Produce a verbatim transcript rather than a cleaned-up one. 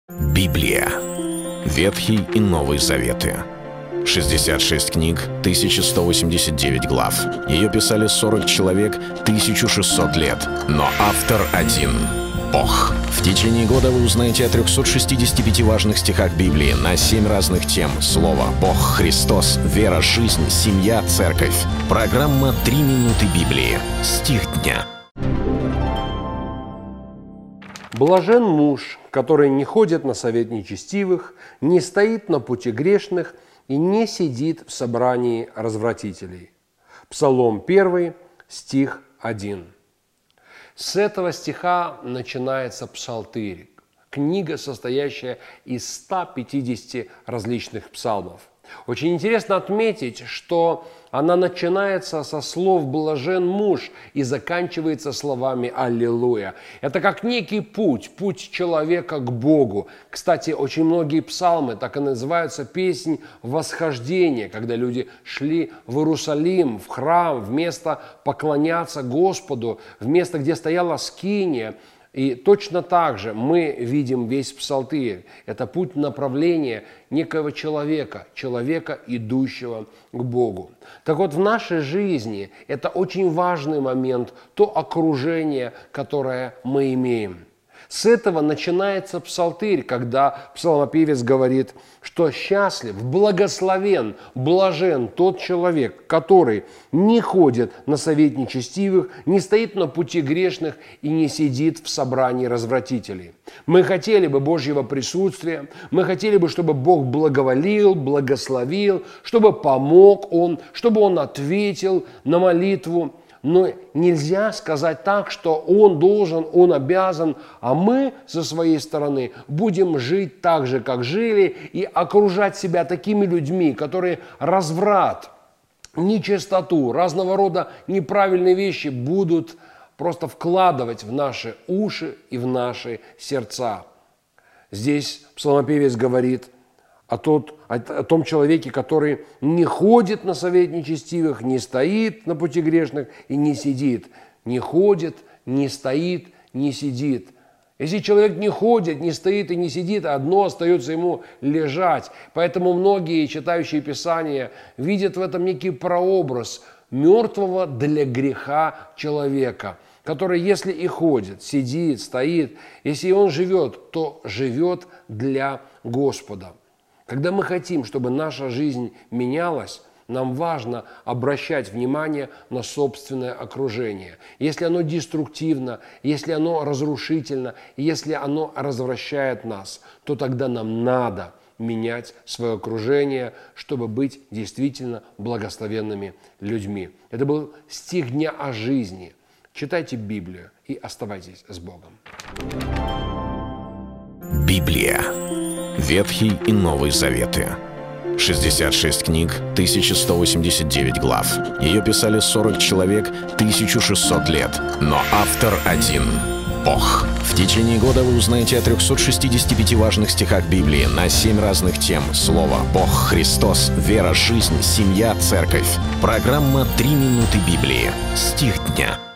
Библия. Ветхий и Новый Заветы. шестьдесят шесть книг, тысяча сто восемьдесят девять глав. Ее писали сорок человек, тысяча шестьсот лет. Но автор один — Бог. В течение года вы узнаете о трёхстах шестидесяти пяти важных стихах Библии на семь разных тем. Слово, Бог, Христос, вера, жизнь, семья, церковь. Программа «Три минуты Библии». Стих дня. Блажен муж, который не ходит на совет нечестивых, не стоит на пути грешных и не сидит в собрании развратителей. Псалом первый, стих один. С этого стиха начинается псалтырь, книга, состоящая из ста пятидесяти различных псалмов. Очень интересно отметить, что она начинается со слов «блажен муж» и заканчивается словами «Аллилуйя». Это как некий путь, путь человека к Богу. Кстати, очень многие псалмы так и называются «Песнь восхождения», когда люди шли в Иерусалим, в храм, в место поклоняться Господу, в место, где стояла скиния. И точно так же мы видим весь псалтырь. Это путь направления некого человека, человека, идущего к Богу. Так вот, в нашей жизни это очень важный момент, то окружение, которое мы имеем. С этого начинается псалтырь, когда псалмопевец говорит, что счастлив, благословен, блажен тот человек, который не ходит на совет нечестивых, не стоит на пути грешных и не сидит в собрании развратителей. Мы хотели бы Божьего присутствия, мы хотели бы, чтобы Бог благоволил, благословил, чтобы помог Он, чтобы Он ответил на молитву. Но нельзя сказать так, что он должен, он обязан, а мы со своей стороны будем жить так же, как жили, и окружать себя такими людьми, которые разврат, нечистоту, разного рода неправильные вещи будут просто вкладывать в наши уши и в наши сердца. Здесь псалмопевец говорит о, тот, о, о том человеке, который не ходит на совет нечестивых, не стоит на пути грешных и не сидит. Не ходит, не стоит, не сидит. Если человек не ходит, не стоит и не сидит, одно остается ему лежать. Поэтому многие, читающие Писание, видят в этом некий прообраз мертвого для греха человека, который, если и ходит, сидит, стоит, если он живет, то живет для Господа. Когда мы хотим, чтобы наша жизнь менялась, нам важно обращать внимание на собственное окружение. Если оно деструктивно, если оно разрушительно, если оно развращает нас, то тогда нам надо менять свое окружение, чтобы быть действительно благословенными людьми. Это был стих дня о жизни. Читайте Библию и оставайтесь с Богом. Библия. Ветхий и Новый Заветы. шестьдесят шесть книг, тысяча сто восемьдесят девять глав. Ее писали сорок человек, тысяча шестьсот лет. Но автор один — Бог. В течение года вы узнаете о трёхстах шестидесяти пяти важных стихах Библии на семь разных тем. Слово, Бог, Христос, вера, жизнь, семья, церковь. Программа «Три минуты Библии». Стих дня.